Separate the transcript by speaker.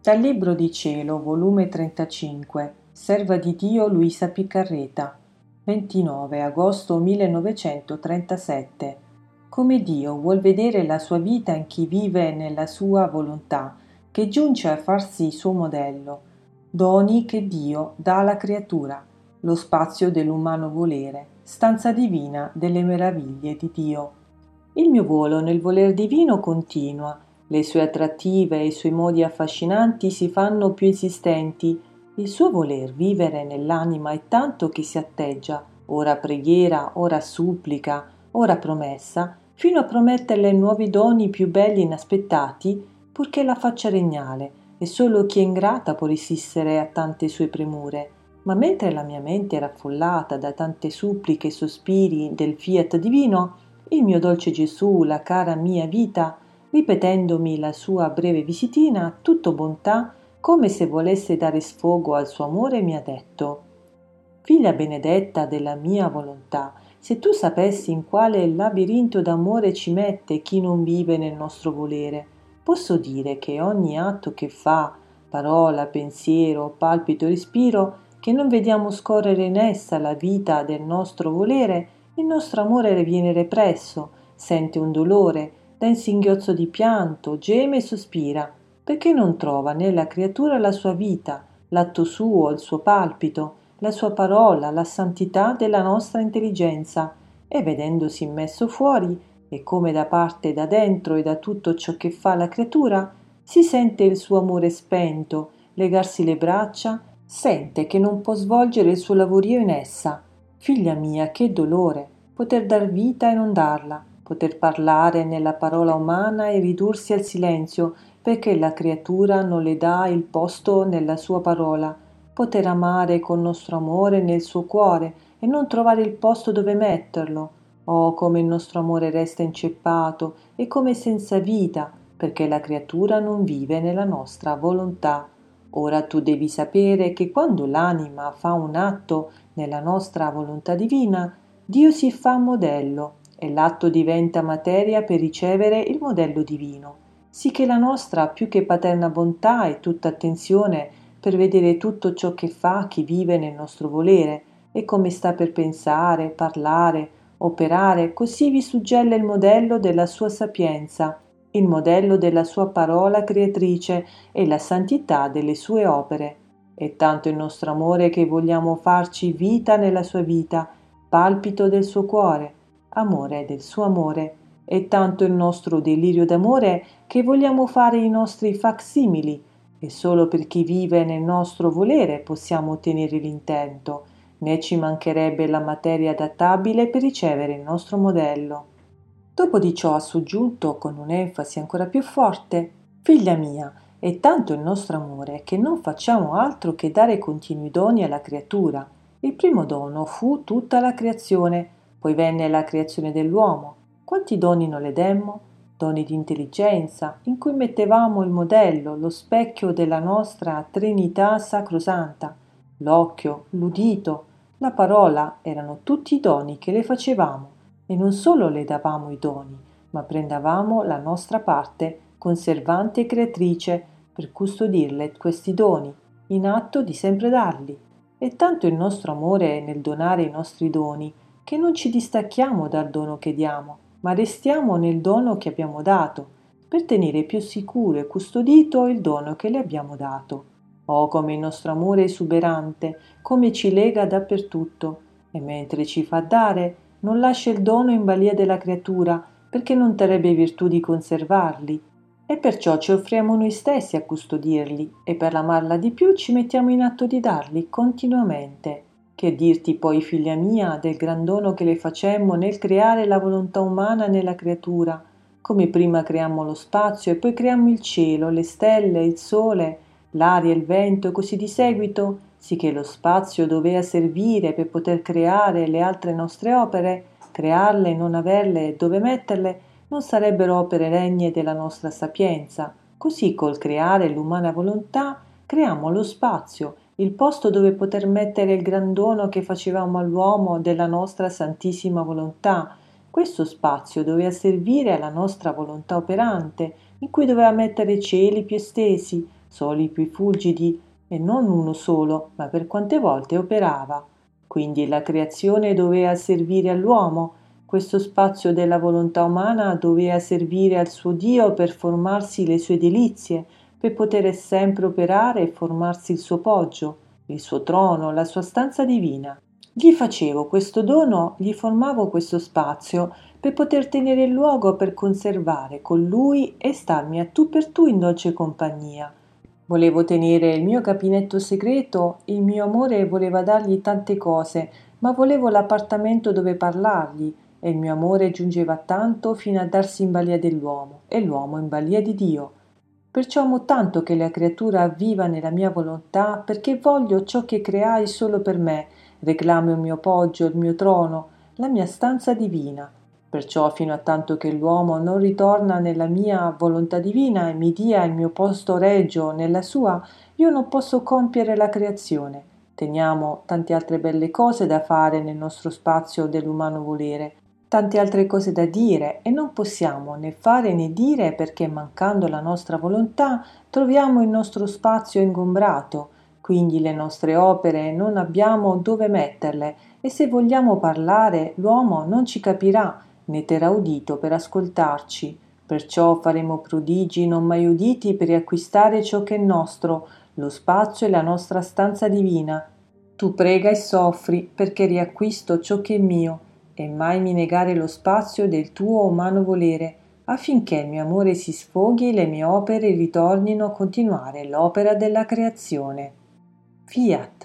Speaker 1: Dal Libro di Cielo, volume 35, Serva di Dio Luisa Piccarreta, 29 agosto 1937. Come Dio vuol vedere la sua vita in chi vive nella sua volontà, che giunge a farsi suo modello, doni che Dio dà alla creatura, lo spazio dell'umano volere, stanza divina delle meraviglie di Dio. Il mio volo nel voler divino continua, le sue attrattive e i suoi modi affascinanti si fanno più insistenti. Il suo voler vivere nell'anima è tanto che si atteggia, ora preghiera, ora supplica, ora promessa, fino a prometterle nuovi doni più belli e inaspettati, purché la faccia regnare, e solo chi è ingrata può resistere a tante sue premure. Ma mentre la mia mente era affollata da tante suppliche e sospiri del fiat divino, il mio dolce Gesù, la cara mia vita, ripetendomi la sua breve visitina, tutto bontà, come se volesse dare sfogo al suo amore, mi ha detto: «Figlia benedetta della mia volontà, se tu sapessi in quale labirinto d'amore ci mette chi non vive nel nostro volere, posso dire che ogni atto che fa, parola, pensiero, palpito e respiro, che non vediamo scorrere in essa la vita del nostro volere, il nostro amore viene represso, sente un dolore, dà in singhiozzo di pianto, geme e sospira, perché non trova nella creatura la sua vita, l'atto suo, il suo palpito, la sua parola, la santità della nostra intelligenza, e vedendosi messo fuori, e come da parte da dentro e da tutto ciò che fa la creatura, si sente il suo amore spento, legarsi le braccia, sente che non può svolgere il suo lavorio in essa. Figlia mia, che dolore, poter dar vita e non darla, poter parlare nella parola umana e ridursi al silenzio, perché la creatura non le dà il posto nella sua parola, poter amare col nostro amore nel suo cuore e non trovare il posto dove metterlo. Oh, come il nostro amore resta inceppato e come senza vita, perché la creatura non vive nella nostra volontà. Ora tu devi sapere che quando l'anima fa un atto nella nostra volontà divina, Dio si fa modello e l'atto diventa materia per ricevere il modello divino, sicché la nostra più che paterna bontà è tutta attenzione per vedere tutto ciò che fa chi vive nel nostro volere e come sta per pensare, parlare, operare, così vi suggella il modello della sua sapienza, il modello della sua parola creatrice e la santità delle sue opere. È tanto il nostro amore che vogliamo farci vita nella sua vita, palpito del suo cuore, amore del suo amore. È tanto il nostro delirio d'amore che vogliamo fare i nostri facsimili, e solo per chi vive nel nostro volere possiamo ottenere l'intento, né ci mancherebbe la materia adattabile per ricevere il nostro modello. Dopo di ciò ha soggiunto con un'enfasi ancora più forte: «Figlia mia, è tanto il nostro amore che non facciamo altro che dare continui doni alla creatura. Il primo dono fu tutta la creazione, poi venne la creazione dell'uomo. Quanti doni non le demmo? Doni di intelligenza, in cui mettevamo il modello, lo specchio della nostra Trinità sacrosanta, l'occhio, l'udito, la parola, erano tutti doni che le facevamo. E non solo le davamo i doni, ma prendevamo la nostra parte conservante e creatrice per custodirle questi doni, in atto di sempre darli. E tanto il nostro amore è nel donare i nostri doni, che non ci distacchiamo dal dono che diamo, ma restiamo nel dono che abbiamo dato, per tenere più sicuro e custodito il dono che le abbiamo dato. Oh, come il nostro amore è esuberante, come ci lega dappertutto, e mentre ci fa dare, non lascia il dono in balia della creatura, perché non terrebbe virtù di conservarli, e perciò ci offriamo noi stessi a custodirli, e per amarla di più ci mettiamo in atto di darli continuamente. Che dirti poi, figlia mia, del gran dono che le facemmo nel creare la volontà umana nella creatura, come prima creammo lo spazio e poi creammo il cielo, le stelle, il sole, l'aria, il vento e così di seguito, sicché lo spazio dovea servire per poter creare le altre nostre opere, crearle e non averle dove metterle, non sarebbero opere degne della nostra sapienza. Così col creare l'umana volontà creiamo lo spazio, il posto dove poter mettere il gran dono che facevamo all'uomo della nostra santissima volontà. Questo spazio doveva servire alla nostra volontà operante, in cui doveva mettere cieli più estesi, solipi fulgidi, e non uno solo, ma per quante volte operava. Quindi la creazione doveva servire all'uomo, questo spazio della volontà umana doveva servire al suo Dio per formarsi le sue delizie, per poter sempre operare e formarsi il suo poggio, il suo trono, la sua stanza divina. Gli facevo questo dono, gli formavo questo spazio per poter tenere il luogo per conservare con lui e starmi a tu per tu in dolce compagnia. Volevo tenere il mio gabinetto segreto, il mio amore voleva dargli tante cose, ma volevo l'appartamento dove parlargli, e il mio amore giungeva tanto fino a darsi in balia dell'uomo, e l'uomo in balia di Dio. Perciò amo tanto che la creatura viva nella mia volontà, perché voglio ciò che creai solo per me, reclamo il mio poggio, il mio trono, la mia stanza divina. Perciò fino a tanto che l'uomo non ritorna nella mia volontà divina e mi dia il mio posto regio nella sua, io non posso compiere la creazione. Teniamo tante altre belle cose da fare nel nostro spazio dell'umano volere, tante altre cose da dire e non possiamo né fare né dire perché mancando la nostra volontà troviamo il nostro spazio ingombrato, quindi le nostre opere non abbiamo dove metterle e se vogliamo parlare l'uomo non ci capirà né terrà udito per ascoltarci. Perciò faremo prodigi non mai uditi per riacquistare ciò che è nostro, lo spazio e la nostra stanza divina. Tu prega e soffri perché riacquisto ciò che è mio e mai mi negare lo spazio del tuo umano volere, affinché il mio amore si sfoghi e le mie opere ritornino a continuare l'opera della creazione. Fiat.